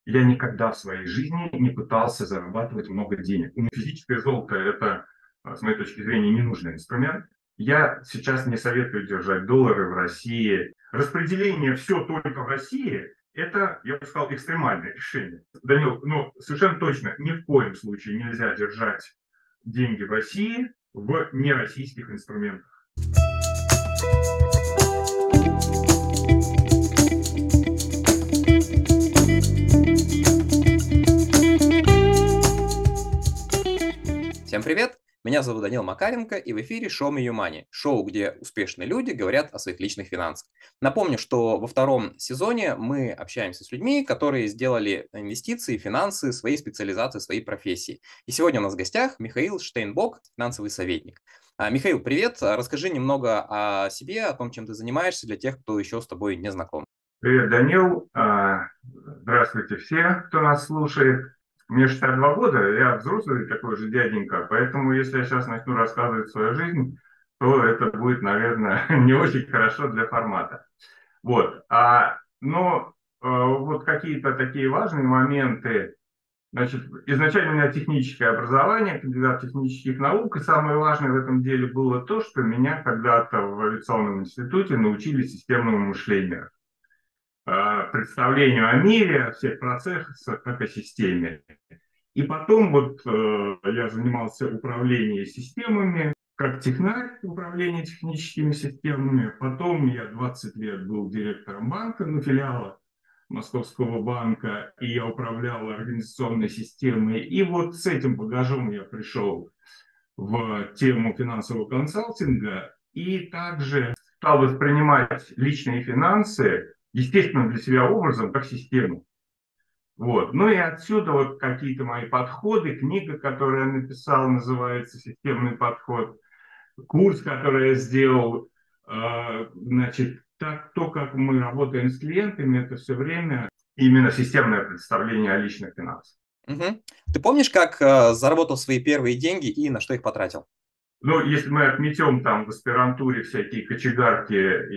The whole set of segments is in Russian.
я никогда в своей жизни не пытался зарабатывать много денег. Физическое золото – это, с моей точки зрения, ненужный инструмент. Я сейчас не советую держать доллары в России. Распределение все только в России – это, я бы сказал, экстремальное решение. Данил, ну, совершенно точно, ни в коем случае нельзя держать деньги в России в нероссийских инструментах. Всем привет! Меня зовут Данил Макаренко, и в эфире шоу Me Your Money, шоу, где успешные люди говорят о своих личных финансах. Напомню, что во втором сезоне мы общаемся с людьми, которые сделали инвестиции, финансы, своей специализации, своей профессии. И сегодня у нас в гостях Михаил Штейнбок, финансовый советник. Михаил, привет! Расскажи немного о себе, о том, чем ты занимаешься, для тех, кто еще с тобой не знаком. Привет, Данил. Здравствуйте все, кто нас слушает. Мне 62 года, я взрослый такой же дяденька, поэтому если я сейчас начну рассказывать свою жизнь, то это будет, наверное, не очень хорошо для формата. Вот. Вот какие-то такие важные моменты. Значит, изначально у меня техническое образование, кандидат технических наук, и самое важное в этом деле было то, что меня когда-то в авиационном институте научили системному мышлению, представлению о мире, о всех процессах, как о системе. И потом я занимался управлением системами, как технарь управления техническими системами. Потом я 20 лет был директором банка, филиала Московского банка, и я управлял организационной системой. И вот с этим багажом я пришел в тему финансового консалтинга и также стал воспринимать личные финансы, естественно, для себя образом, как систему. Вот. Ну и отсюда вот какие-то мои подходы, книга, которую я написал, называется «Системный подход», курс, который я сделал, значит, то, как мы работаем с клиентами, это все время именно системное представление о личных финансах. Угу. Ты помнишь, как заработал свои первые деньги и на что их потратил? Ну, если мы отметем там в аспирантуре всякие кочегарки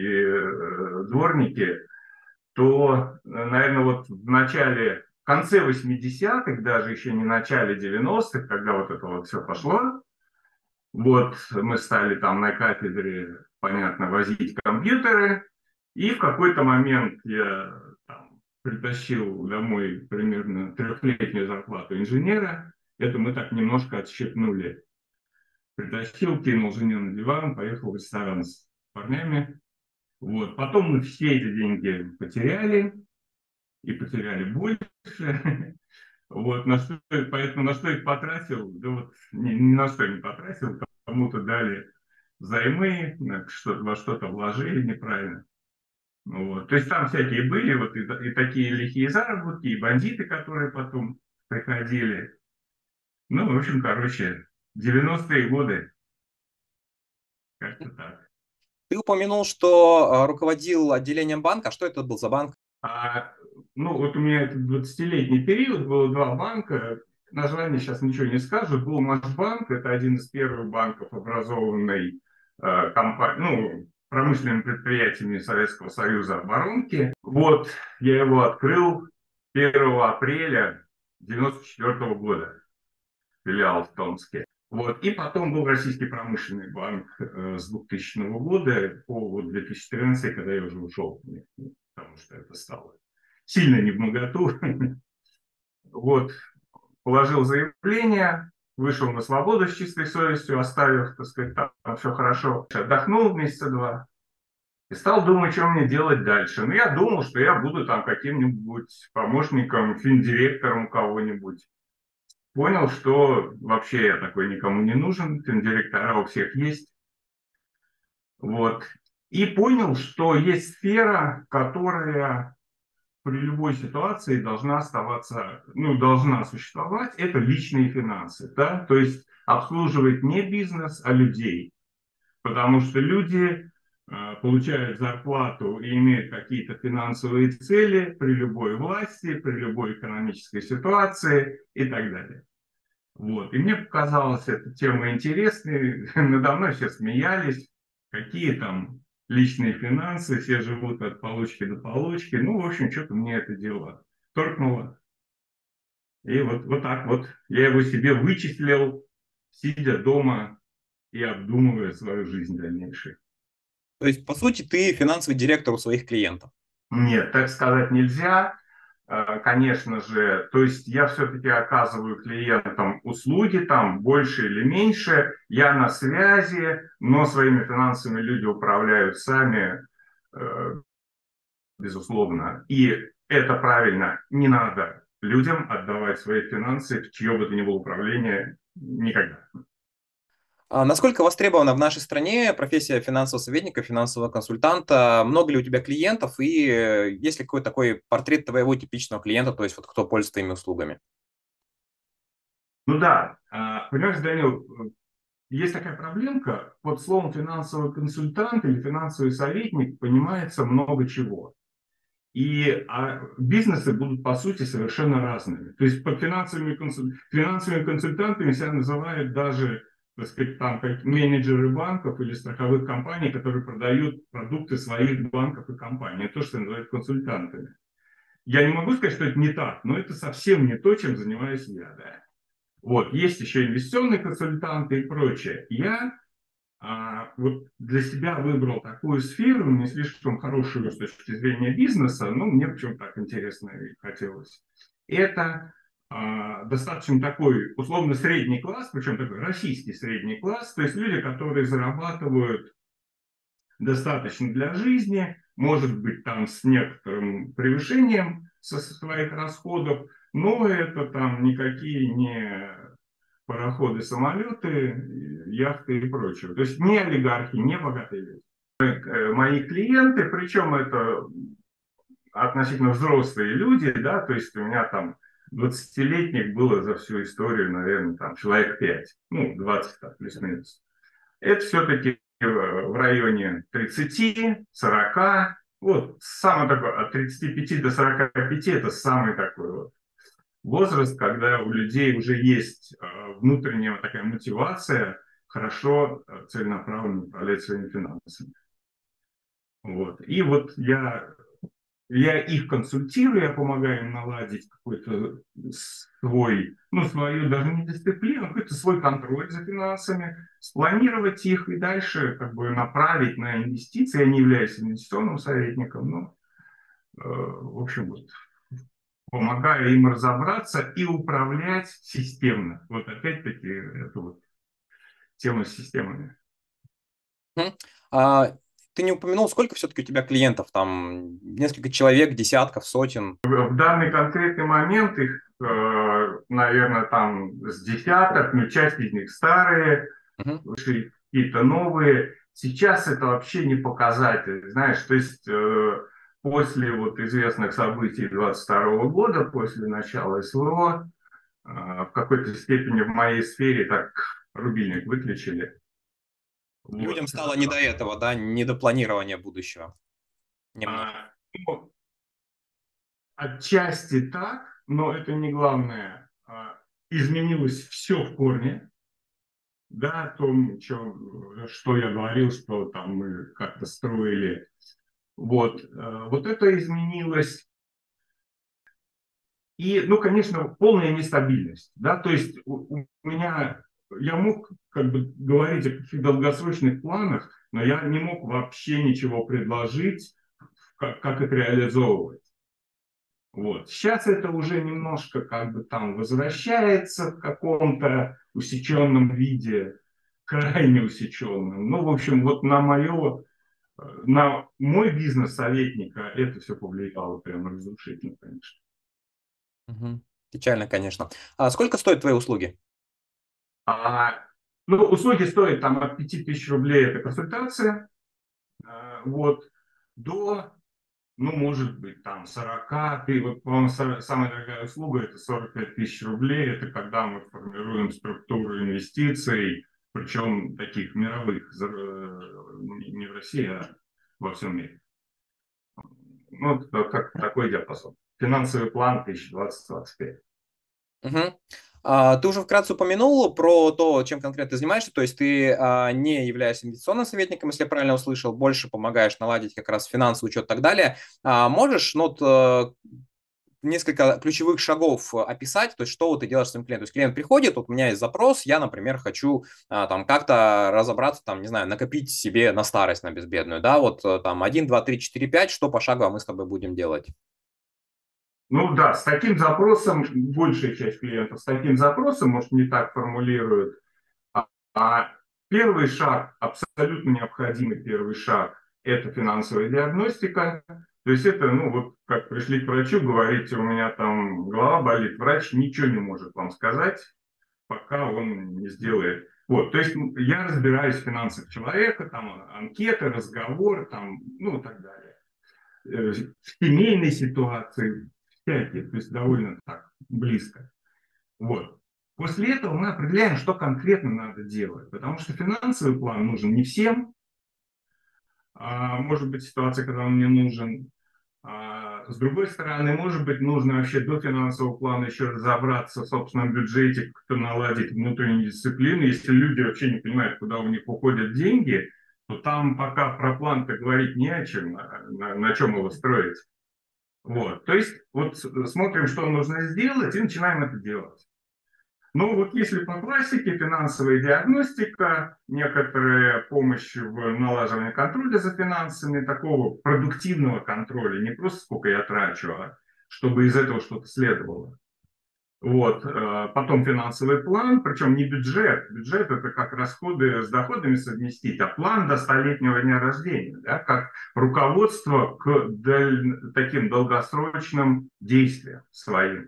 и дворники, то, наверное, вот в конце 80-х, даже еще не в начале 90-х, когда вот это вот все пошло, вот мы стали там на кафедре, понятно, возить компьютеры, и в какой-то момент я там притащил домой примерно трехлетнюю зарплату инженера. Это мы так немножко отщепнули. Притащил, кинул жене на диван, поехал в ресторан с парнями. Вот. Потом мы все эти деньги потеряли, и потеряли больше. Вот, поэтому на что их потратил? Да вот ни на что не потратил, кому-то дали займы, во что-то вложили неправильно. Вот. То есть там всякие были, вот и такие лихие заработки, и бандиты, которые потом приходили. Ну, в общем, короче, 90-е годы, как-то так. Ты упомянул, что руководил отделением банка. А что это был за банк? А, вот у меня этот 20-летний период, было два банка, название сейчас ничего не скажу, был Машбанк, это один из первых банков, образованный промышленными предприятиями Советского Союза оборонки. Вот, я его открыл 1 апреля 1994 года, филиал в Томске. Вот. И потом был Российский промышленный банк с 2000 года по 2014, когда я уже ушел, потому что это стало сильно невмоготу. Вот. Положил заявление, вышел на свободу с чистой совестью, оставив, так сказать, там все хорошо. Отдохнул месяца два и стал думать, что мне делать дальше. Ну, я думал, что я буду там каким-нибудь помощником, финдиректором кого-нибудь. Понял, что вообще я такой никому не нужен, финдиректора у всех есть. Вот. И понял, что есть сфера, которая при любой ситуации должна оставаться, должна существовать, это личные финансы. Да? То есть обслуживать не бизнес, а людей. Потому что люди получают зарплату и имеют какие-то финансовые цели при любой власти, при любой экономической ситуации и так далее. Вот. И мне показалась эта тема интересной. Надо мной все смеялись. Какие там личные финансы, все живут от получки до получки. Ну, в общем, что-то мне это дело торкнуло. И вот так вот я его себе вычислил, сидя дома и обдумывая свою жизнь дальнейшую. То есть, по сути, ты финансовый директор у своих клиентов. Нет, так сказать нельзя. Конечно же, то есть я все-таки оказываю клиентам услуги, там больше или меньше, я на связи, но своими финансами люди управляют сами, э, безусловно. И это правильно, не надо людям отдавать свои финансы в чье бы то ни было управление никогда. А насколько востребована в нашей стране профессия финансового советника, финансового консультанта? Много ли у тебя клиентов и есть ли какой-то такой портрет твоего типичного клиента, то есть вот кто пользуется твоими услугами? Ну да, понимаешь, Данил, есть такая проблемка, под словом финансовый консультант или финансовый советник понимается много чего. И бизнесы будут, по сути, совершенно разными. То есть под финансовыми консультантами себя называют даже, так сказать, там, как менеджеры банков или страховых компаний, которые продают продукты своих банков и компаний. Это то, что называют консультантами. Я не могу сказать, что это не так, но это совсем не то, чем занимаюсь я. Да. Вот. Есть еще инвестиционные консультанты и прочее. Я вот для себя выбрал такую сферу, не слишком хорошую с точки зрения бизнеса, но мне почему-то так интересно и хотелось. Это достаточно такой условно средний класс, причем такой российский средний класс, то есть люди, которые зарабатывают достаточно для жизни, может быть там с некоторым превышением со своих расходов, но это там никакие не пароходы, самолеты, яхты и прочее. То есть не олигархи, не богатые люди. Мои клиенты, причем это относительно взрослые люди, да, то есть у меня там 20-летних было за всю историю, наверное, там человек 5, ну, 20 так, плюс-минус. Это все-таки в районе 30-40, вот самый такой, от 35 до 45 это самый такой вот возраст, когда у людей уже есть внутренняя такая мотивация хорошо, целенаправленно управлять своими финансами. Вот. И вот я их консультирую, я помогаю им наладить какой-то свой, ну, свою даже не дисциплину, а какой-то свой контроль за финансами, спланировать их и дальше как бы направить на инвестиции. Я не являюсь инвестиционным советником, но, в общем, вот, помогаю им разобраться и управлять системно. Вот опять-таки, это вот тема с системами. Мгм. А, ты не упомянул, сколько все-таки у тебя клиентов? Там несколько человек, десятков, сотен? В данный конкретный момент их, наверное, там с десяток, но часть из них старые, Мгм. какие-то новые. Сейчас это вообще не показатель, знаешь, то есть после вот известных событий 22 года, после начала СВО, в какой-то степени в моей сфере так рубильник выключили. Людям Вот. стало не до этого, да, не до планирования будущего. Немножко. А, ну, отчасти так, но это не главное. Изменилось все в корне. Да, о том, что я говорил, что там мы как-то строили. Вот, вот это изменилось. И, ну, конечно, полная нестабильность. Да, то есть у меня, я мог как бы говорить о каких-то долгосрочных планах, но я не мог вообще ничего предложить, как это реализовывать. Вот. Сейчас это уже немножко как бы там возвращается в каком-то усеченном виде, крайне усеченном. Ну, в общем, вот на мой бизнес советника это все повлияло прямо разрушительно, конечно. Мгм. Печально, конечно. А сколько стоят твои услуги? А, ну, услуги стоят там от 5000 рублей, это консультация, вот, до, ну, может быть, там 40, вот, по-моему, самая дорогая услуга это 45 000 рублей, это когда мы формируем структуру инвестиций, причем таких мировых, не в России, а во всем мире. Ну, как такой диапазон. Финансовый план 2020-2025. Мгм. Ты уже вкратце упомянул про то, чем конкретно ты занимаешься, то есть ты не являешься инвестиционным советником, если я правильно услышал, больше помогаешь наладить как раз финансовый учет и так далее. Можешь, ну, вот, несколько ключевых шагов описать, то есть что вот ты делаешь с своим клиентом. То есть клиент приходит, вот у меня есть запрос, я, например, хочу там как-то разобраться, там, не знаю, накопить себе на старость, на безбедную, да, вот там 1, 2, 3, 4, 5, что пошагово мы с тобой будем делать. Ну да, с таким запросом, большая часть клиентов с таким запросом, может, не так формулируют, а первый шаг, абсолютно необходимый первый шаг, это финансовая диагностика. То есть это, ну вот как пришли к врачу, говорите, у меня там голова болит, врач ничего не может вам сказать, пока он не сделает. Вот, то есть я разбираюсь в финансах человека, там анкеты, разговор, там, ну и так далее. В семейной ситуации, всякие, то есть довольно так близко. Вот. После этого мы определяем, что конкретно надо делать, потому что финансовый план нужен не всем. Может быть ситуация, когда он не нужен. С другой стороны, может быть, нужно вообще до финансового плана еще разобраться в собственном бюджете, как-то наладить внутреннюю дисциплину. Если люди вообще не понимают, куда у них уходят деньги, то там пока про план-то говорить не о чем, на чем его строить. Вот. То есть вот смотрим, что нужно сделать, и начинаем это делать. Ну вот если по классике финансовая диагностика, некоторая помощь в налаживании контроля за финансами, такого продуктивного контроля, не просто сколько я трачу, а чтобы из этого что-то следовало. Вот. Потом финансовый план, причем не бюджет. Бюджет это как расходы с доходами совместить, а план до 100-летнего дня рождения, да, как руководство к таким долгосрочным действиям своим.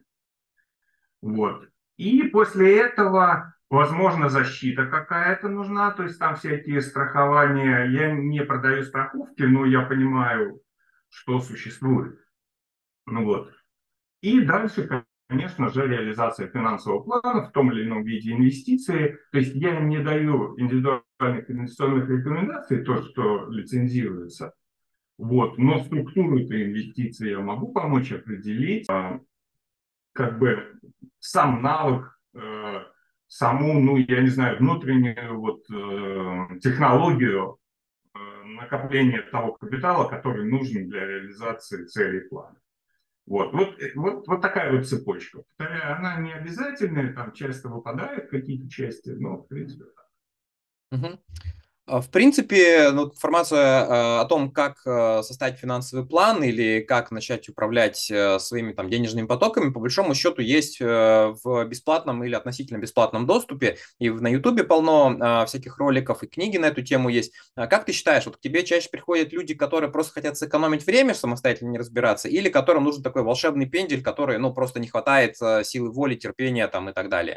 Вот. И после этого, возможно, защита какая-то нужна, то есть там всякие страхования. Я не продаю страховки, но я понимаю, что существует. Ну вот. И дальше, конечно же, реализация финансового плана в том или ином виде инвестиции. То есть я не даю индивидуальных инвестиционных рекомендаций, то, что лицензируется. Вот. Но структуру этой инвестиции я могу помочь определить. Как бы сам навык, саму, ну, я не знаю, внутреннюю вот технологию накопления того капитала, который нужен для реализации целей плана. Вот такая вот цепочка. Повторяю, она не обязательная, там часто выпадают какие-то части, но в принципе. Мгм. В принципе, ну, информация о том, как составить финансовый план или как начать управлять своими там денежными потоками, по большому счету, есть в бесплатном или относительно бесплатном доступе. И на Ютубе полно всяких роликов, и книги на эту тему есть. Как ты считаешь, вот к тебе чаще приходят люди, которые просто хотят сэкономить время, самостоятельно не разбираться, или которым нужен такой волшебный пендель, который, ну, просто не хватает силы воли, терпения там и так далее?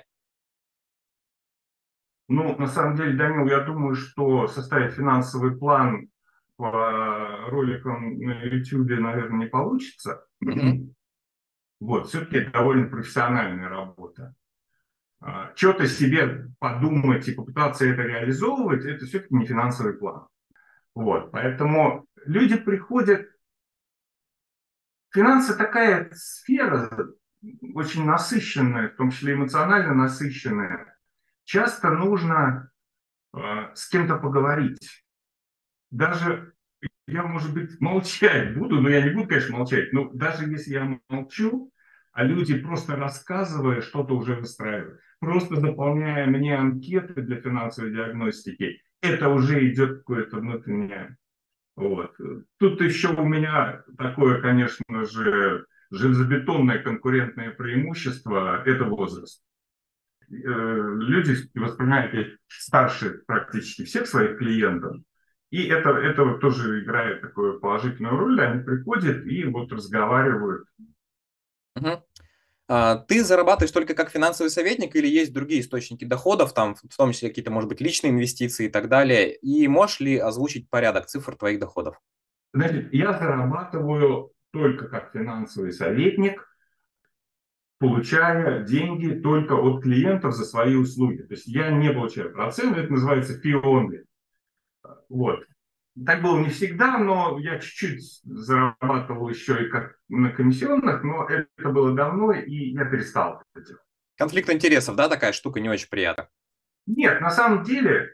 Ну, на самом деле, Данил, я думаю, что составить финансовый план по роликам на YouTube, наверное, не получится. Мгм. Вот, все-таки это довольно профессиональная работа. Что-то себе подумать и попытаться это реализовывать, это все-таки не финансовый план. Вот, поэтому люди приходят. Финансы такая сфера очень насыщенная, в том числе эмоционально насыщенная. Часто нужно с кем-то поговорить. Даже я, может быть, молчать буду, но я не буду, конечно, молчать, но даже если я молчу, а люди просто рассказывая, что-то уже выстраивают, просто заполняя мне анкеты для финансовой диагностики, это уже идет какое-то внутреннее. Вот. Тут еще у меня такое, конечно же, железобетонное конкурентное преимущество – это возраст. Люди воспринимают старше практически всех своих клиентов, и это вот тоже играет такую положительную роль. Они приходят и вот разговаривают. Мгм. Ты зарабатываешь только как финансовый советник или есть другие источники доходов, там, в том числе какие-то, может быть, личные инвестиции и так далее? И можешь ли озвучить порядок цифр твоих доходов? Значит, я зарабатываю только как финансовый советник, получая деньги только от клиентов за свои услуги. То есть я не получаю процент, это называется fee only. Вот. Так было не всегда, но я чуть-чуть зарабатывал еще и как на комиссионных, но это было давно, и я перестал это делать. Конфликт интересов, да, такая штука не очень приятная. Нет, на самом деле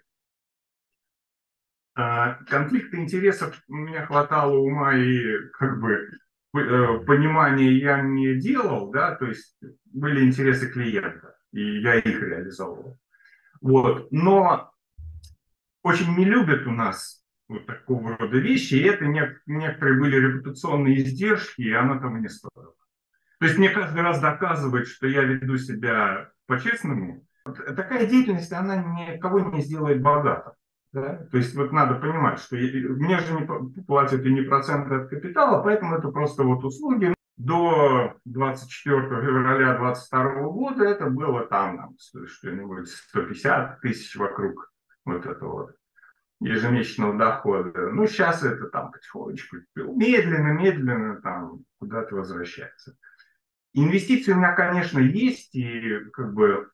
конфликта интересов у меня хватало ума и как бы понимания я не делал, да, то есть были интересы клиента, и я их реализовывал. Вот. Но очень не любят у нас вот такого рода вещи, и это некоторые были репутационные издержки, и оно того не стоило. То есть мне каждый раз доказывать, что я веду себя по-честному, вот такая деятельность, она никого не сделает богатым. Да? То есть вот надо понимать, что мне же не платят и не проценты от капитала, поэтому это просто вот услуги. До 24 февраля 2022 года это было там что-нибудь 150 тысяч вокруг вот этого вот ежемесячного дохода. Ну, сейчас это там потихонечку, медленно, медленно там куда-то возвращается. Инвестиции у меня, конечно, есть, и как бы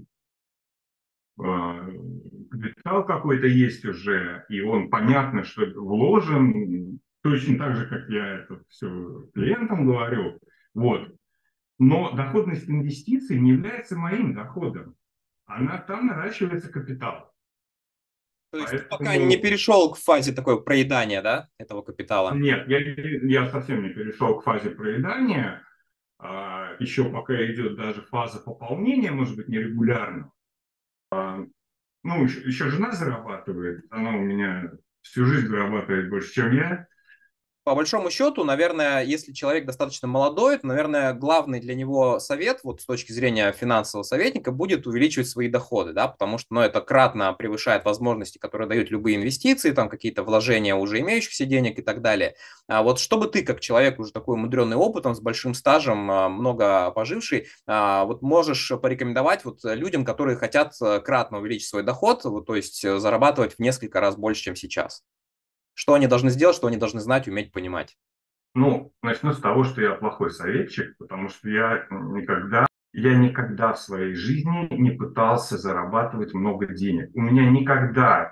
капитал какой-то есть уже, и он понятно, что вложен, точно так же, как я это все клиентам говорю. Вот. Но доходность инвестиций не является моим доходом. Она там наращивается капитал. То есть ты пока не Поэтому перешел к фазе такой проедания, да, этого капитала? нет, я совсем не перешел к фазе проедания. Еще пока идет даже фаза пополнения, может быть, нерегулярно. Ну, еще жена зарабатывает, она у меня всю жизнь зарабатывает больше, чем я. По большому счету, наверное, если человек достаточно молодой, то, наверное, главный для него совет, вот с точки зрения финансового советника, будет увеличивать свои доходы, да, потому что, ну, это кратно превышает возможности, которые дают любые инвестиции, там какие-то вложения уже имеющихся денег и так далее. А вот чтобы ты, как человек уже такой умудренный опытом, с большим стажем, много поживший, вот можешь порекомендовать вот людям, которые хотят кратно увеличить свой доход, вот, то есть зарабатывать в несколько раз больше, чем сейчас. Что они должны сделать, что они должны знать, уметь понимать. Ну, начну с того, что я плохой советчик, потому что я никогда в своей жизни не пытался зарабатывать много денег. У меня никогда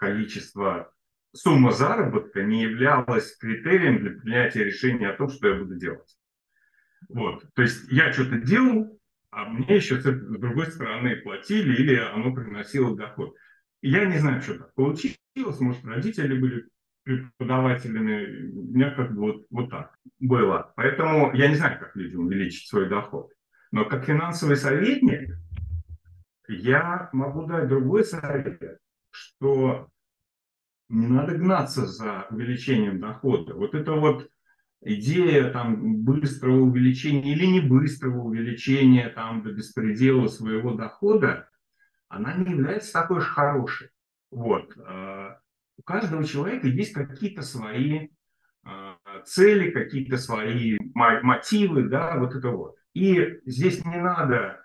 сумма заработка не являлась критерием для принятия решения о том, что я буду делать. Вот. То есть я что-то делал, а мне еще с другой стороны платили или оно приносило доход. Я не знаю, что так получилось. Может, родители были преподавателями. У меня как бы вот так было. Поэтому я не знаю, как людям увеличить свой доход. Но как финансовый советник я могу дать другой совет, что не надо гнаться за увеличением дохода. Вот это вот идея там быстрого увеличения или не быстрого увеличения там до беспредела своего дохода, она не является такой уж хорошей. Вот. У каждого человека есть какие-то свои цели, какие-то свои мотивы, да, вот это вот. И здесь не надо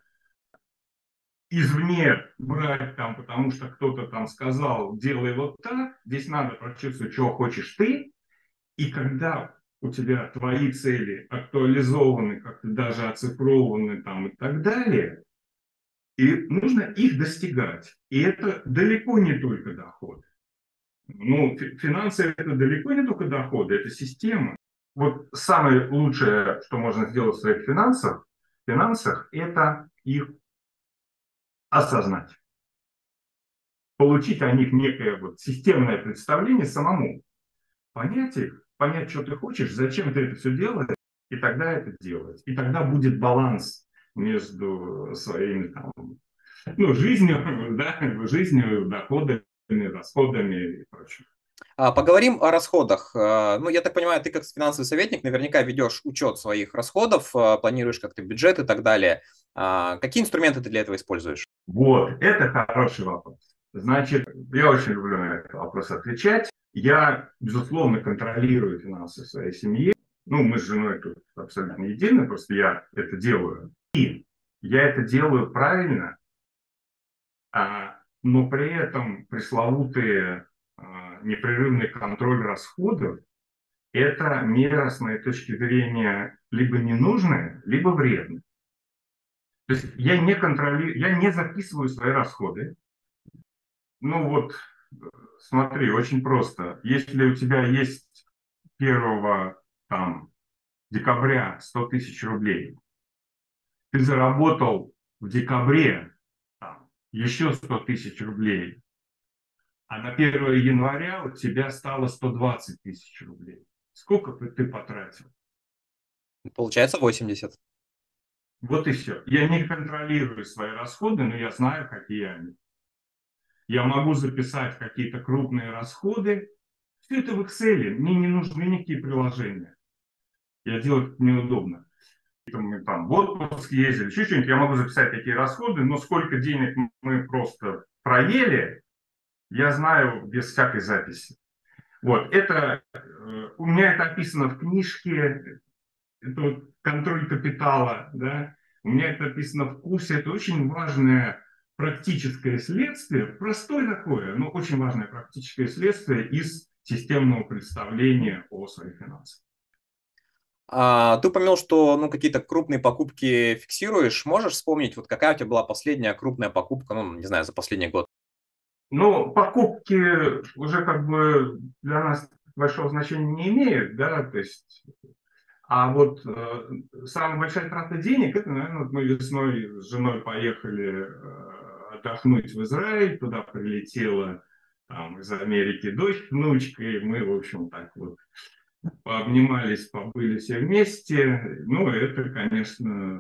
извне брать там, потому что кто-то там сказал, делай вот так. Здесь надо прочувствовать, чего хочешь ты, и когда у тебя твои цели актуализованы, как-то даже оцифрованы там и так далее, и нужно их достигать. И это далеко не только доход. Ну, финансы это далеко не только доходы, это система. Вот самое лучшее, что можно сделать в своих финансах, это их осознать. Получить о них некое вот системное представление самому. Понять их, понять, что ты хочешь, зачем ты это все делаешь, и тогда это делать. И тогда будет баланс между своими там, ну, жизнью, да, жизнью, доходами, расходами и прочим. Поговорим о расходах. Ну, я так понимаю, ты как финансовый советник наверняка ведешь учет своих расходов, планируешь как-то бюджет и так далее. Какие инструменты ты для этого используешь? Вот, это хороший вопрос. Значит, я очень люблю на этот вопрос отвечать. Я, безусловно, контролирую финансы своей семьи. Ну, мы с женой тут абсолютно едины, просто я это делаю. И я это делаю правильно, но при этом пресловутый непрерывный контроль расходов – это мера, с моей точки зрения, либо ненужная, либо вредная. То есть я не контролирую, я не записываю свои расходы. Ну вот, смотри, очень просто. Если у тебя есть 1 там, декабря 100 тысяч рублей, ты заработал в декабре там, еще 100 тысяч рублей, а на 1 января у тебя стало 120 тысяч рублей. Сколько ты потратил? Получается 80. Вот и все. Я не контролирую свои расходы, но я знаю, какие они. Я могу записать какие-то крупные расходы. Все это в Excel. Мне не нужны никакие приложения. Я делаю это неудобно. Мы там в отпуск ездили, еще что-нибудь. Я могу записать такие расходы, но сколько денег мы просто проели, я знаю без всякой записи. Вот, это у меня это описано в книжке, это вот контроль капитала, да, у меня это описано в курсе, это очень важное практическое следствие, простое такое, но очень важное практическое следствие из системного представления о своих финансах. Ты упомянул, что ну, какие-то крупные покупки фиксируешь. Можешь вспомнить, вот какая у тебя была последняя крупная покупка, ну, не знаю, за последний год? Но покупки уже как бы для нас большого значения не имеют, да, то есть, а вот самая большая трата денег, это, наверное, вот мы весной с женой поехали отдохнуть в Израиль, туда прилетела там, из Америки дочь, внучка, и мы, в общем, так вот пообнимались, побыли все вместе. Ну, это, конечно,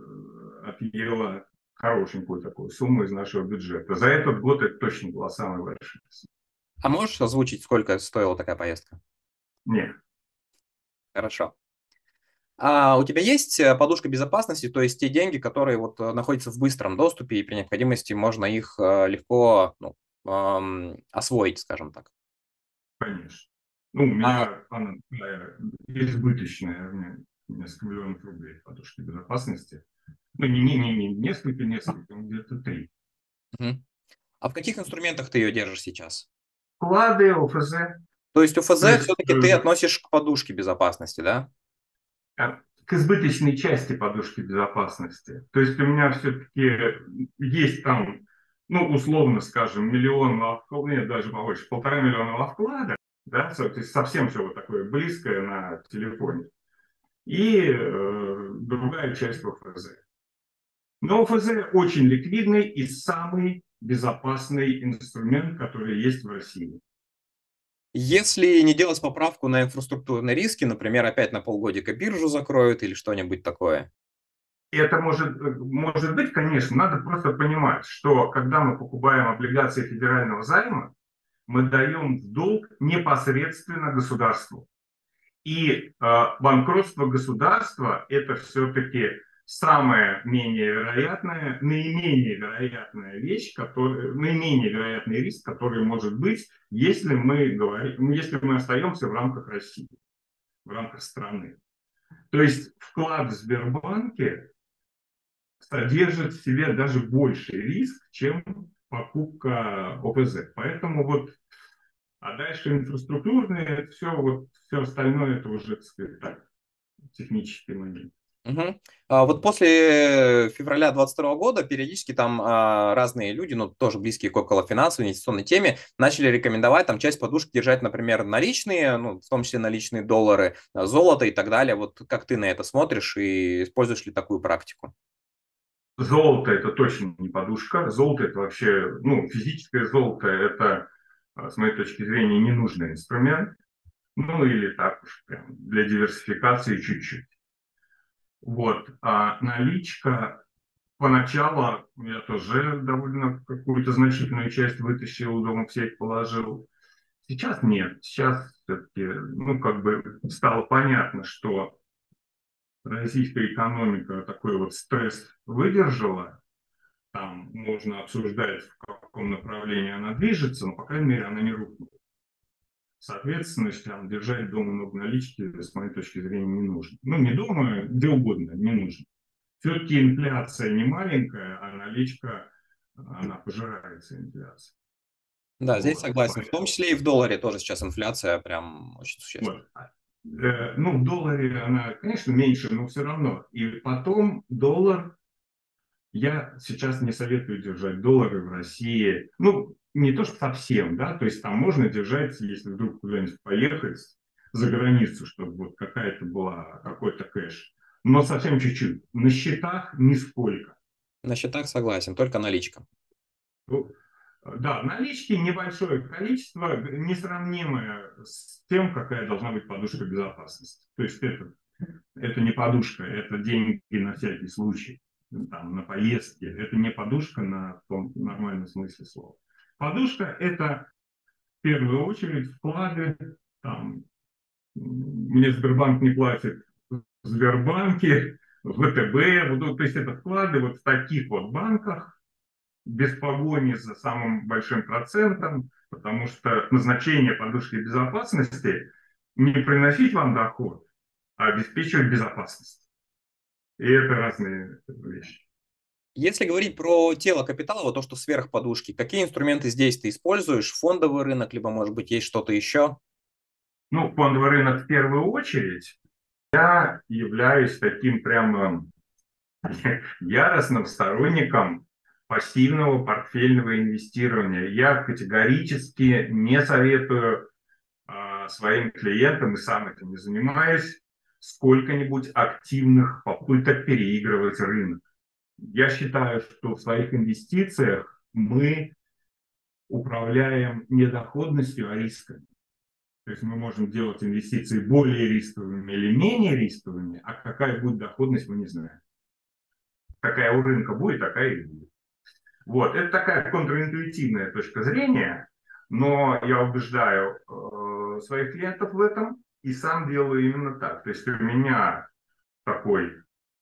отъело хорошенькую такую сумму из нашего бюджета. За этот год это точно была самая большая сумма. А можешь озвучить, сколько стоила такая поездка? Нет. Хорошо. А у тебя есть подушка безопасности, то есть те деньги, которые вот находятся в быстром доступе, и при необходимости можно их легко ну, освоить, скажем так. Конечно. Ну, у А, меня она такая избыточная, у меня несколько миллионов рублей подушки безопасности. Ну, не несколько, где-то три. мгм. А в каких инструментах ты ее держишь сейчас? Вклады, ОФЗ, То есть то УФЗ есть все-таки ты относишь к подушке безопасности, да? к избыточной части подушки безопасности. То есть у меня все-таки есть там, ну, условно скажем, миллион во вклад, нет, даже побольше, 1,5 миллиона во вкладах, да, то есть совсем все вот такое близкое на телефоне. И другая часть в ОФЗ. Но ОФЗ очень ликвидный и самый безопасный инструмент, который есть в России. Если не делать поправку на инфраструктурные риски, например, опять на полгодика биржу закроют или что-нибудь такое. И это может быть, конечно, надо просто понимать, что когда мы покупаем облигации федерального займа, мы даем в долг непосредственно государству. И банкротство государства – это все-таки самая менее вероятная, наименее вероятная вещь, наименее вероятный риск, который может быть, если мы говорим, если мы остаемся в рамках России, в рамках страны. То есть вклад в Сбербанке содержит в себе даже больший риск, чем покупка ОПЗ. Поэтому вот, а дальше инфраструктурные, это все, вот, все остальное, это уже, так сказать, так, технический момент. Мгм. Вот после февраля 2022 года периодически там разные люди, ну, тоже близкие к околофинансовой инвестиционной теме, начали рекомендовать там часть подушки держать, например, наличные, ну, в том числе наличные доллары, золото и так далее. Вот как ты на это смотришь и используешь ли такую практику? Золото – это точно не подушка. Золото – это вообще, ну, физическое золото – это, с моей точки зрения, ненужный инструмент. Ну, или так уж прям для диверсификации чуть-чуть. Вот. А наличка поначалу я тоже довольно какую-то значительную часть вытащил, дома в сейф положил. Сейчас нет. Сейчас все-таки, ну, как бы стало понятно, что российская экономика такой вот стресс выдержала. Там можно обсуждать, в каком направлении она движется, но, по крайней мере, она не рухнула. Соответственно, там, держать дома много налички, с моей точки зрения, не нужно. Ну, не дома, где угодно, не нужно. Все-таки инфляция не маленькая, а наличка, она пожирается инфляцией. Да, здесь Вот. согласен. В том числе и в долларе тоже сейчас инфляция прям очень существенная. Вот. Ну, в долларе она, конечно, меньше, но все равно. И потом доллар, я сейчас не советую держать доллары в России. Ну, не то, что совсем, да, то есть там можно держать, если вдруг куда-нибудь поехать за границу, чтобы вот какая-то была, какой-то кэш. Но совсем чуть-чуть. На счетах нисколько. На счетах согласен, только наличка. Ну, да, налички небольшое количество, несравнимое с тем, какая должна быть подушка безопасности. То есть это Это не подушка, это деньги на всякий случай, там, на поездки. Это не подушка на том нормальном смысле слова. Подушка – это в первую очередь вклады. Там, мне Сбербанк не платит, в Сбербанке, в ВТБ. Вот, то есть это вклады вот в таких вот банках, без погони за самым большим процентом, потому что назначение подушки безопасности не приносить вам доход, а обеспечивать безопасность. И это разные вещи. Если говорить про тело капитала, вот то, что сверх подушки, какие инструменты здесь ты используешь? Фондовый рынок, либо, может быть, есть что-то еще? Ну, фондовый рынок в первую очередь. Я являюсь таким прямо яростным сторонником пассивного портфельного инвестирования. Я категорически не советую своим клиентам, и сам этим не занимаюсь, сколько-нибудь активных попыток переигрывать рынок. Я считаю, что в своих инвестициях мы управляем не доходностью, а рисками. То есть мы можем делать инвестиции более рисковыми или менее рисковыми, а какая будет доходность, мы не знаем. Какая у рынка будет, такая и будет. Вот, это такая контринтуитивная точка зрения, но я убеждаю своих клиентов в этом и сам делаю именно так. То есть у меня такой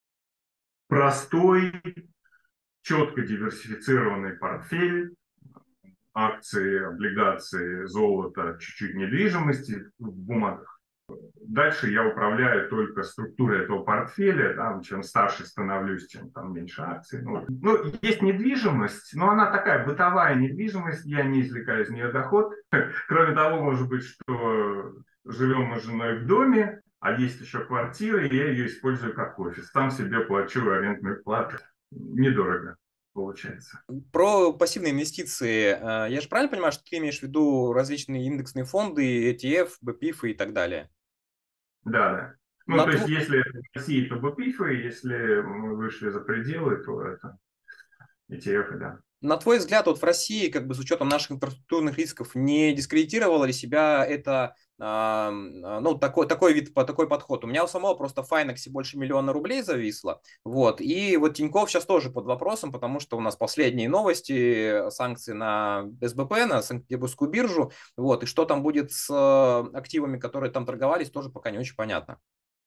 простой, четко диверсифицированный портфель: акции, облигации, золото, чуть-чуть недвижимости в бумагах. Дальше я управляю только структурой этого портфеля. Да, чем старше становлюсь, чем там меньше акций. Ну, есть недвижимость, но она такая бытовая недвижимость, я не извлекаю из нее доход. Кроме того, может быть, что живем мы с женой в доме, а есть еще квартира, и я ее использую как офис. Там себе плачу арендную плату. Недорого получается. Про пассивные инвестиции. Я же правильно понимаю, что ты имеешь в виду различные индексные фонды, ETF, BPIF и так далее? Да, да. Ну, На то есть, тв- если это в России, то БПИФы, если мы вышли за пределы, то это ETF, да. На твой взгляд, вот в России, как бы с учетом наших инфраструктурных рисков, не дискредитировало ли себя это, ну, такой вид, такой подход? У меня у самого просто в Файнексе больше 1 000 000 рублей зависло, вот, и вот Тинькофф сейчас тоже под вопросом, потому что у нас последние новости, санкции на СБП, на Санкт-Петербургскую биржу, вот, и что там будет с активами, которые там торговались, тоже пока не очень понятно.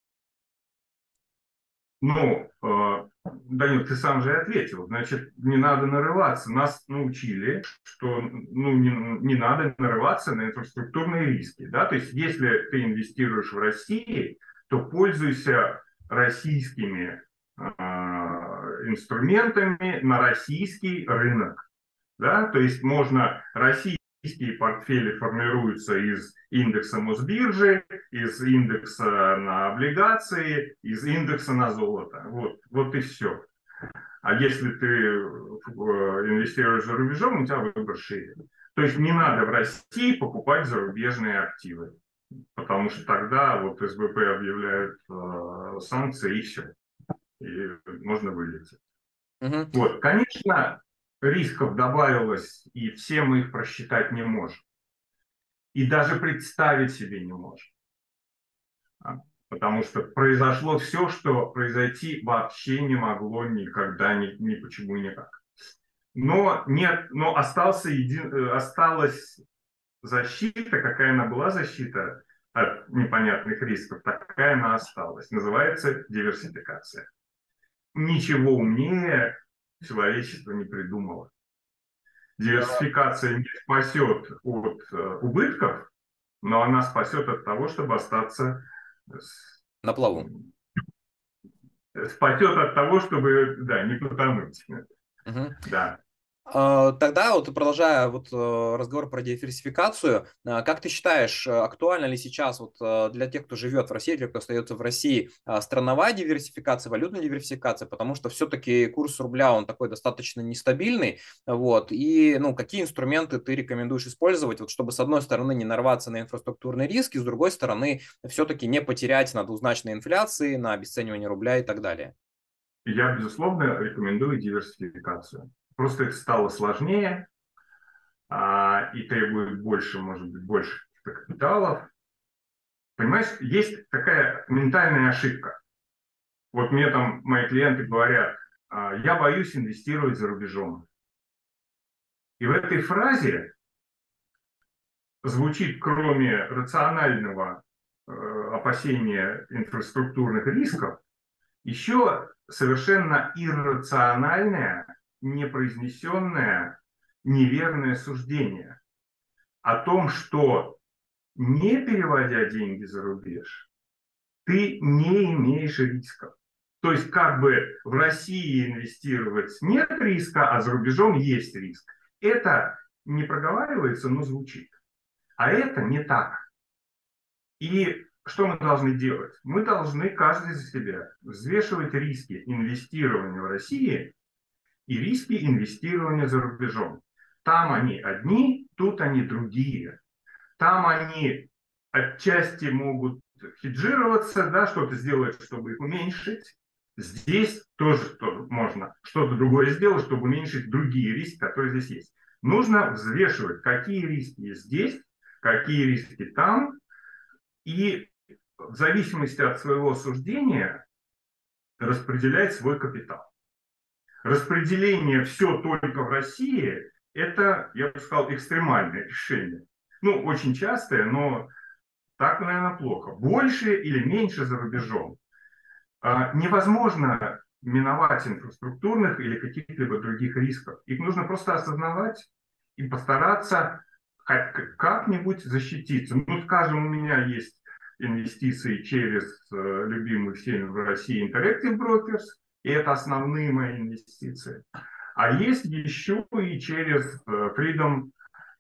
Ну, Данил, ты сам же ответил. Значит, не надо нарываться. Нас научили, что ну, не надо нарываться на инфраструктурные риски. Да? То есть, если ты инвестируешь в России, то пользуйся российскими инструментами на российский рынок. Да? То есть можно российские портфели формируются из индекса Мосбиржи, из индекса на облигации, из индекса на золото. Вот и все. А если ты инвестируешь за рубежом, у тебя выбор шире. То есть не надо в России покупать зарубежные активы, потому что тогда вот СБП объявляют санкции и все. И можно вылететь. Угу. Вот, конечно, рисков добавилось, и все мы их просчитать не можем. И даже представить себе не можем. Потому что произошло все, что произойти вообще не могло никогда, ни почему и никак. Но нет, но осталась защита, какая она была защита от непонятных рисков, такая она осталась. Называется диверсификация. Ничего умнее человечество не придумало. Диверсификация не спасет от убытков, но она спасет от того, чтобы остаться На плаву. спасет от того, чтобы, да, не потонуть. Угу. Да. Тогда вот продолжая вот разговор про диверсификацию, как ты считаешь, актуально ли сейчас вот для тех, кто живет в России, для тех, кто остается в России, страновая диверсификация, валютная диверсификация, потому что все-таки курс рубля, он такой достаточно нестабильный, вот, и, ну, какие инструменты ты рекомендуешь использовать, вот, чтобы с одной стороны не нарваться на инфраструктурные риски, с другой стороны все-таки не потерять на двузначной инфляции, на обесценивание рубля и так далее? Я, безусловно, рекомендую диверсификацию. Просто это стало сложнее и требует больше, может быть, больше капиталов. Понимаешь, есть такая ментальная ошибка. Вот мне там мои клиенты говорят, я боюсь инвестировать за рубежом. И в этой фразе звучит, кроме рационального опасения инфраструктурных рисков, еще совершенно иррациональное, непроизнесенное, неверное суждение о том, что не переводя деньги за рубеж, ты не имеешь риска. То есть как бы в России инвестировать нет риска, а за рубежом есть риск. Это не проговаривается, но звучит. А это не так. И что мы должны делать? Мы должны каждый за себя взвешивать риски инвестирования в России и риски инвестирования за рубежом. Там они одни, тут они другие. Там они отчасти могут хеджироваться, да, что-то сделать, чтобы их уменьшить. Здесь тоже можно что-то другое сделать, чтобы уменьшить другие риски, которые здесь есть. Нужно взвешивать, какие риски есть здесь, какие риски там, и в зависимости от своего суждения распределять свой капитал. Распределение все только в России – это, я бы сказал, экстремальное решение. Ну, очень частое, но так, наверное, плохо. Больше или меньше за рубежом. Невозможно миновать инфраструктурных или каких-либо других рисков. Их нужно просто осознавать и постараться как-нибудь защититься. Ну, скажем, у меня есть инвестиции через любимую всеми в России Interactive Brokers, и это основные мои инвестиции. А есть еще и через Freedom,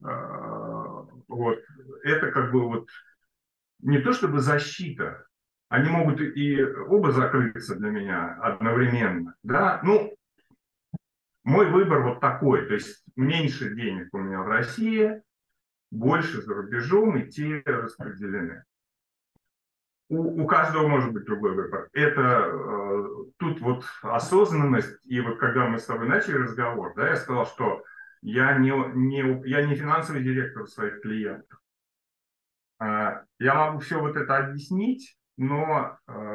вот, это как бы вот не то чтобы защита, они могут и оба закрыться для меня одновременно, да, ну, мой выбор вот такой, то есть меньше денег у меня в России, больше за рубежом, и те распределены. У каждого может быть другой выбор. Это тут вот осознанность, и вот когда мы с тобой начали разговор, да, я сказал, что я не финансовый директор своих клиентов. Я могу все вот это объяснить, но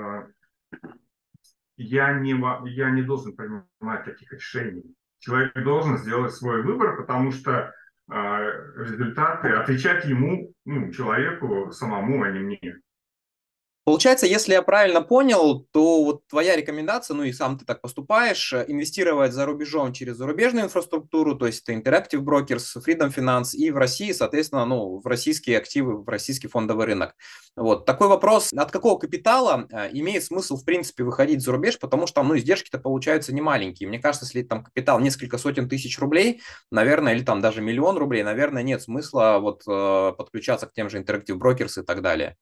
я не должен принимать таких решений. Человек должен сделать свой выбор, потому что результаты отвечать ему, ну, человеку самому, а не мне. Получается, если я правильно понял, то вот твоя рекомендация, ну и сам ты так поступаешь, инвестировать за рубежом через зарубежную инфраструктуру, то есть это Interactive Brokers, Freedom Finance, и в России, соответственно, ну, в российские активы, в российский фондовый рынок. Вот такой вопрос: от какого капитала имеет смысл, в принципе, выходить за рубеж, потому что там, ну, издержки-то получаются немаленькие. Мне кажется, если там капитал несколько сотен тысяч рублей, наверное, или там даже миллион рублей, наверное, нет смысла вот подключаться к тем же Interactive Brokers и так далее.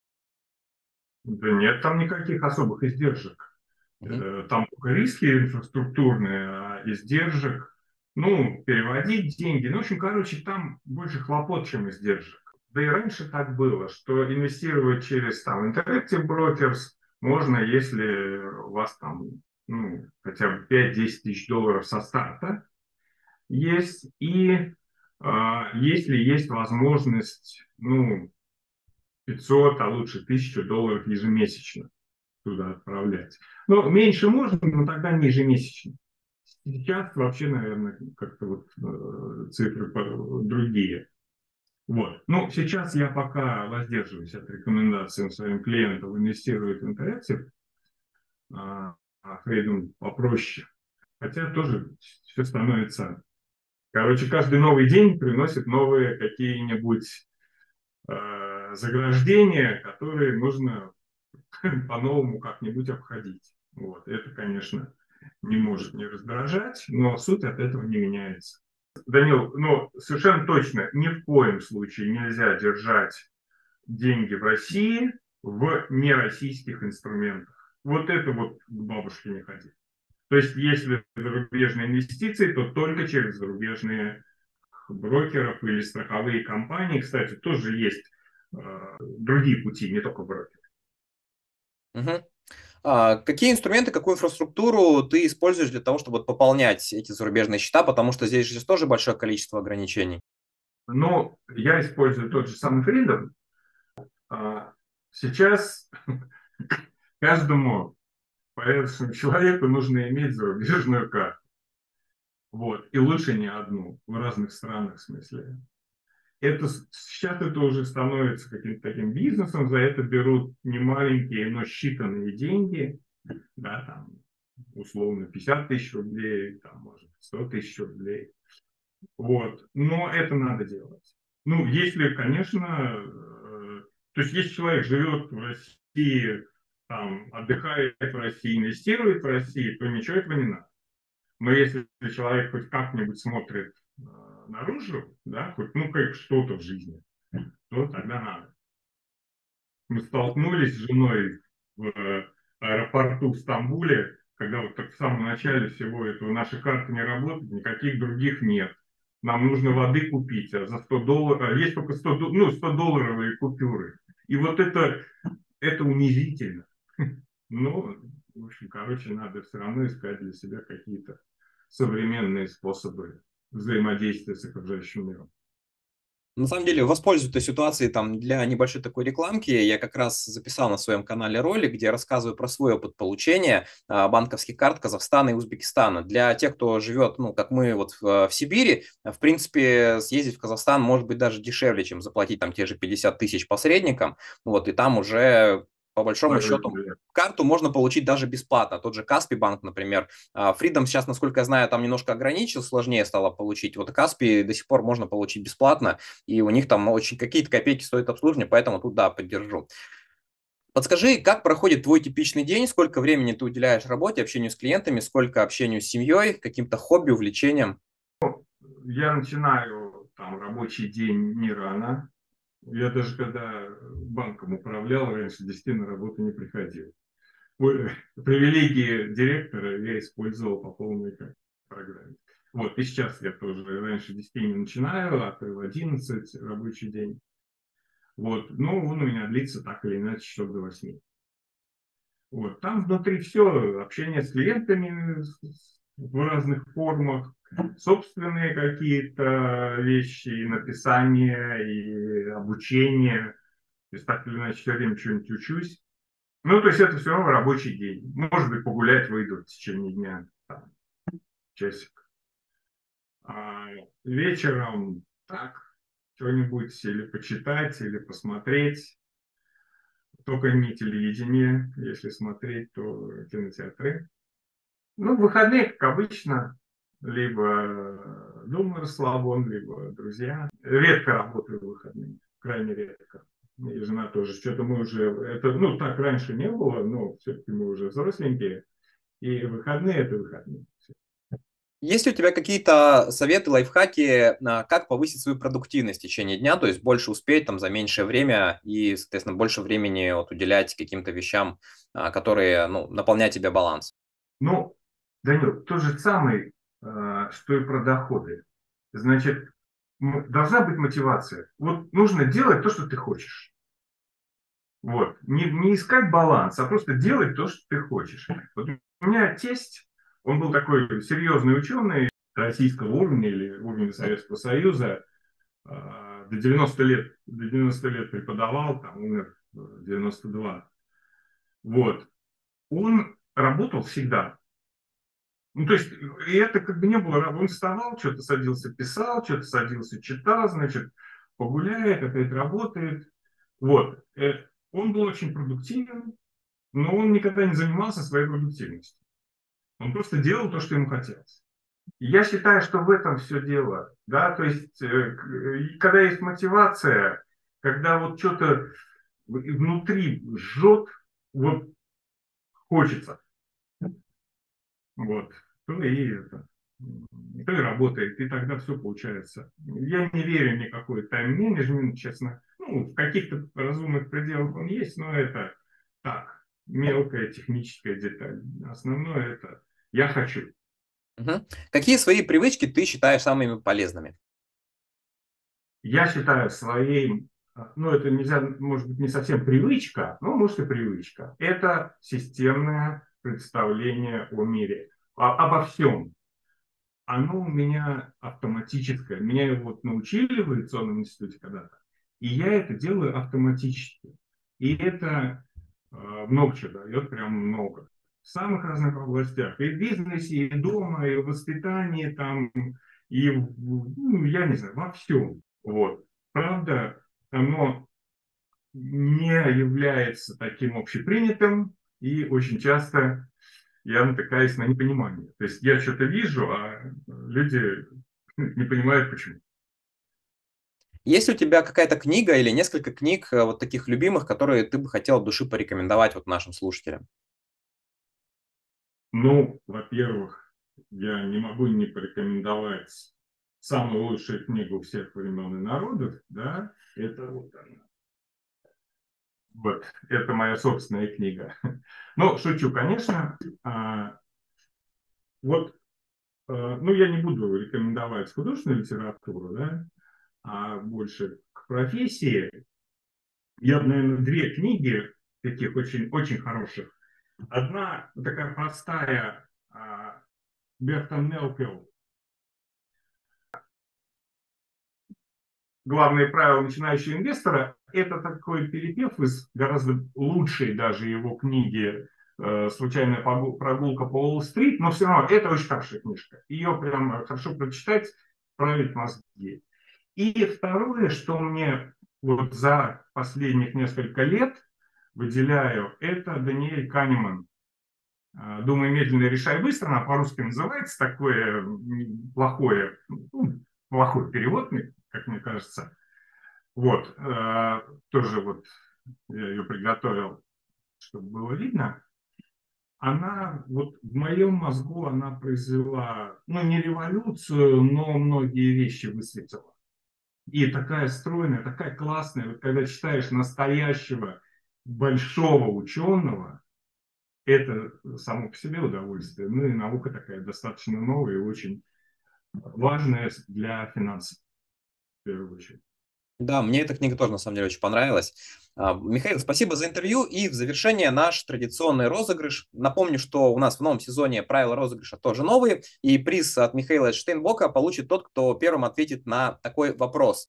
Да нет там никаких особых издержек. Там только риски инфраструктурные, а издержек, ну, переводить деньги. Ну, в общем, короче, там больше хлопот, чем издержек. Да и раньше так было, что инвестировать через там Interactive Brokers можно, если у вас там, ну, хотя бы 5-10 тысяч долларов со старта есть, и если есть возможность, ну, 500, а лучше 1000 долларов ежемесячно туда отправлять. Но меньше можно, но тогда не ежемесячно. Сейчас вообще, наверное, как-то вот цифры другие. Вот. Ну, сейчас я пока воздерживаюсь от рекомендаций своим клиентам инвестировать в Interactive, а Freedom попроще. Хотя тоже все становится... Короче, каждый новый день приносит новые какие-нибудь заграждения, которые нужно по-новому как-нибудь обходить. Вот. Это, конечно, не может не раздражать, но суть от этого не меняется. Данил, ну, совершенно точно, ни в коем случае нельзя держать деньги в России в нероссийских инструментах. Вот это вот к бабушке не ходить. То есть, если зарубежные инвестиции, то только через зарубежные брокеров или страховые компании. Кстати, тоже есть другие пути, не только брокеры. Угу. Какие инструменты, какую инфраструктуру ты используешь для того, чтобы пополнять эти зарубежные счета, потому что здесь же тоже большое количество ограничений? Ну, я использую тот же самый Freedom. Сейчас каждому порядочному человеку нужно иметь зарубежную карту. Вот. И лучше не одну, в разных странах, в смысле. Сейчас это уже становится каким-то таким бизнесом, за это берут не маленькие, но считанные деньги, да, там, условно 50 тысяч рублей, там, может, 100 тысяч рублей. Вот. Но это надо делать. Ну, если, конечно, то есть если человек живет в России, там, отдыхает в России, инвестирует в России, то ничего этого не надо. Но если человек хоть как-нибудь смотрит наружу, да, хоть ну как что-то в жизни, то тогда надо. Мы столкнулись с женой в аэропорту в Стамбуле, когда вот так в самом начале всего этого наша карта не работает, никаких других нет. Нам нужно воды купить, а за 100 долларов, а есть только 100, ну, 100-долларовые купюры. И вот это унизительно. Но, в общем, короче, надо все равно искать для себя какие-то современные способы взаимодействия с окружающим миром. На самом деле, воспользуюсь этой ситуацией там для небольшой такой рекламки. Я как раз записал на своем канале ролик, где я рассказываю про свой опыт получения банковских карт Казахстана и Узбекистана. Для тех, кто живет, ну, как мы вот в Сибири, в принципе, съездить в Казахстан может быть даже дешевле, чем заплатить там те же 50 тысяч посредникам. Вот, и там уже по большому счету карту можно получить даже бесплатно. Тот же Каспий банк, например. Freedom сейчас, насколько я знаю, там немножко ограничил, сложнее стало получить. Вот Каспий до сих пор можно получить бесплатно, и у них там очень какие-то копейки стоит обслуживание, поэтому тут, да, поддержу. Подскажи, как проходит твой типичный день, сколько времени ты уделяешь работе, общению с клиентами, сколько общению с семьей, каким-то хобби, увлечениям? Я начинаю там рабочий день не рано. Я даже когда банком управлял, раньше 10 на работу не приходил. Привилегии директора я использовал по полной программе. Вот, и сейчас я тоже раньше 10 не начинаю, а то и в 11 рабочий день. Вот, но он у меня длится так или иначе часов до 8. Вот, там внутри все, общение с клиентами в разных формах, собственные какие-то вещи, и написание, и обучение. То есть так или иначе все время что-нибудь учусь. Ну, то есть это все равно рабочий день. Может быть, погулять выйду в течение дня, там, часик. А вечером так, что-нибудь или почитать, или посмотреть. Только не телевидение, если смотреть, то кинотеатры. Ну, в выходные, как обычно, либо дома расслабон, либо друзья. Редко работаю в выходные, крайне редко. И жена тоже. Что-то мы уже, это, ну, так раньше не было, но все-таки мы уже взросленькие. И выходные это выходные. Есть ли у тебя какие-то советы, лайфхаки, как повысить свою продуктивность в течение дня, то есть больше успеть там за меньшее время и, соответственно, больше времени вот, уделять каким-то вещам, которые, ну, наполняют тебе баланс? Ну, Данил, тот же самый, что и про доходы. Значит, должна быть мотивация. Вот нужно делать то, что ты хочешь. Вот. Не искать баланс, а просто делать то, что ты хочешь. Вот у меня тесть, он был такой серьезный ученый российского уровня или уровня Советского Союза, до 90 лет преподавал, там умер в 92. Вот. Он работал всегда. Ну, то есть, и это как бы не было, он вставал, что-то садился, писал, что-то садился, читал, значит, погуляет, опять работает. Вот. Он был очень продуктивен, но он никогда не занимался своей продуктивностью. Он просто делал то, что ему хотелось. И я считаю, что в этом все дело. Да? То есть, когда есть мотивация, когда вот что-то внутри жжет, вот хочется. Вот. То и работает, и тогда все получается. Я не верю в никакой тайм-менеджмент, честно. Ну, в каких-то разумных пределах он есть, но это так, мелкая техническая деталь. Основное это я хочу. Мгм. Какие свои привычки ты считаешь самыми полезными? Я считаю своей, ну, это нельзя, может быть, не совсем привычка, но может и привычка. Это системное представление о мире, обо всем. Оно у меня автоматическое. Меня вот научили в авиационном институте когда-то, и я это делаю автоматически. И это много чего дает, прям много. В самых разных областях. И в бизнесе, и дома, и в воспитании, там, и, ну, я не знаю, во всем. Вот. Правда, оно не является таким общепринятым, и очень часто я натыкаюсь на непонимание. То есть я что-то вижу, а люди не понимают, почему. Есть ли у тебя какая-то книга или несколько книг вот таких любимых, которые ты бы хотел от души порекомендовать вот нашим слушателям? Ну, во-первых, я не могу не порекомендовать самую лучшую книгу всех времен и народов, да, это вот она. Вот, это моя собственная книга. Ну, шучу, конечно. Вот, ну, я не буду рекомендовать художественную литературу, да, а больше к профессии. Я бы, наверное, две книги таких очень, очень хороших. Одна такая простая, Бертон Мелкел «Главные правила начинающего инвестора». Это такой перепев из гораздо лучшей даже его книги «Случайная прогулка по Уолл-стрит», но все равно это очень хорошая книжка. Ее прям хорошо прочитать, править мозги. И второе, что мне вот за последних несколько лет выделяю, это Даниэль Канеман. «Думай медленно, решай быстро», она по-русски называется, такое плохое, ну, плохой перевод, как мне кажется. Вот, тоже вот я ее приготовил, чтобы было видно. Она вот в моем мозгу она произвела, ну, не революцию, но многие вещи высветила. И такая стройная, такая классная. Вот когда читаешь настоящего большого ученого, это само по себе удовольствие. Ну и наука такая достаточно новая и очень важная для финансов, в первую очередь. Да, мне эта книга тоже на самом деле очень понравилась. Михаил, спасибо за интервью. И в завершение наш традиционный розыгрыш. Напомню, что у нас в новом сезоне правила розыгрыша тоже новые. И приз от Михаила Штейнбока получит тот, кто первым ответит на такой вопрос.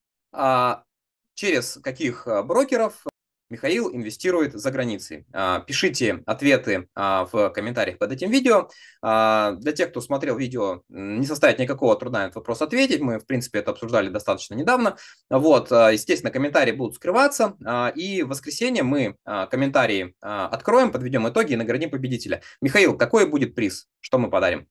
Через каких брокеров Михаил инвестирует за границей? Пишите ответы в комментариях под этим видео. Для тех, кто смотрел видео, не составит никакого труда на этот вопрос ответить. Мы, в принципе, это обсуждали достаточно недавно. Вот, естественно, комментарии будут скрываться. И в воскресенье мы комментарии откроем, подведем итоги и наградим победителя. Михаил, какой будет приз? Что мы подарим?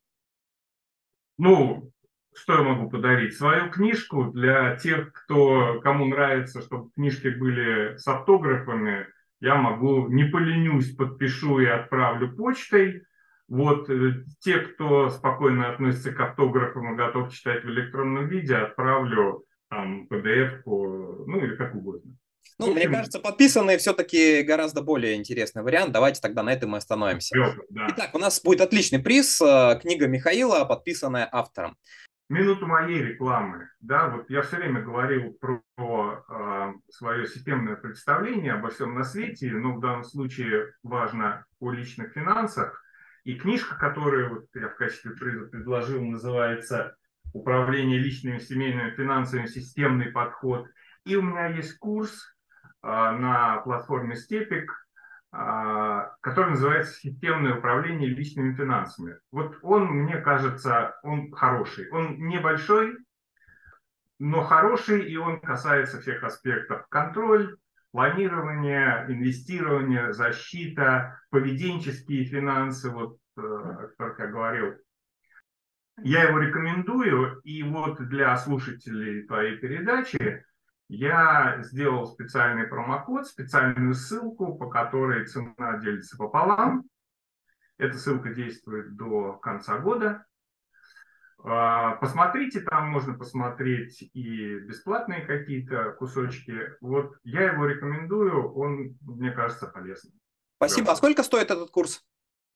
Ну, что я могу подарить? Свою книжку для тех, кому нравится, чтобы книжки были с автографами. Я могу, не поленюсь, подпишу и отправлю почтой. Вот те, кто спокойно относится к автографам и готов читать в электронном виде, отправлю там PDF-ку, ну или как угодно. В Ну, мне общем, кажется, подписанные все-таки гораздо более интересный вариант. Давайте тогда на этом и остановимся. да. Итак, у нас будет отличный приз. Книга Михаила, подписанная автором. Минуту моей рекламы. Да, вот я все время говорил про свое системное представление обо всем на свете, но в данном случае важно о личных финансах. И книжка, которую вот я в качестве приза предложил, называется «Управление личными семейными финансами. Системный подход». И у меня есть курс на платформе Степик, который называется «Системное управление личными финансами». Вот он, мне кажется, он хороший. Он небольшой, но хороший, и он касается всех аспектов. Контроль, планирование, инвестирование, защита, поведенческие финансы, вот, о которых я говорил. Я его рекомендую, и вот для слушателей твоей передачи я сделал специальный промокод, специальную ссылку, по которой цена делится пополам. Эта ссылка действует до конца года. Посмотрите, там можно посмотреть и бесплатные какие-то кусочки. Вот я его рекомендую, он, мне кажется, полезным. Спасибо. А сколько стоит этот курс?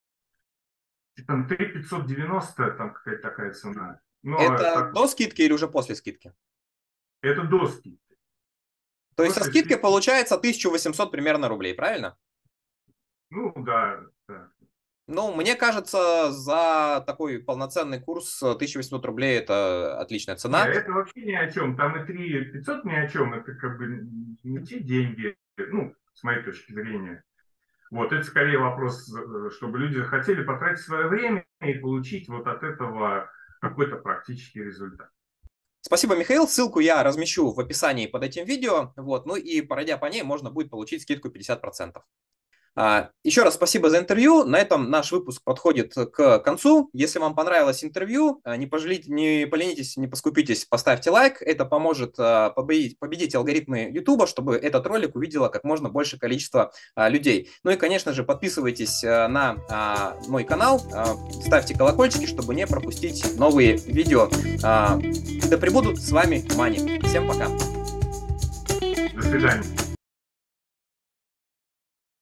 Там 3 590, там какая-то такая цена. Но Это так, до скидки или уже после скидки? это до скидки. То есть со После скидкой скидки, получается 1800 примерно рублей, правильно? ну да, да. Ну, мне кажется, за такой полноценный курс 1800 рублей это отличная Не, цена. это вообще ни о чем. Там и 3 500 ни о чем. Это как бы не те деньги. Ну, с моей точки зрения. Вот, это скорее вопрос, чтобы люди хотели потратить свое время и получить вот от этого какой-то практический результат. Спасибо, Михаил. Ссылку я размещу в описании под этим видео. Вот, ну и пройдя по ней, можно будет получить скидку 50%. Еще раз спасибо за интервью. На этом наш выпуск подходит к концу. Если вам понравилось интервью, не поленитесь, не поскупитесь, поставьте лайк. Это поможет победить алгоритмы YouTube, чтобы этот ролик увидело как можно большее количество людей. Ну и, конечно же, подписывайтесь на мой канал, ставьте колокольчики, чтобы не пропустить новые видео. Да пребудут с вами Мани. Всем пока. До свидания.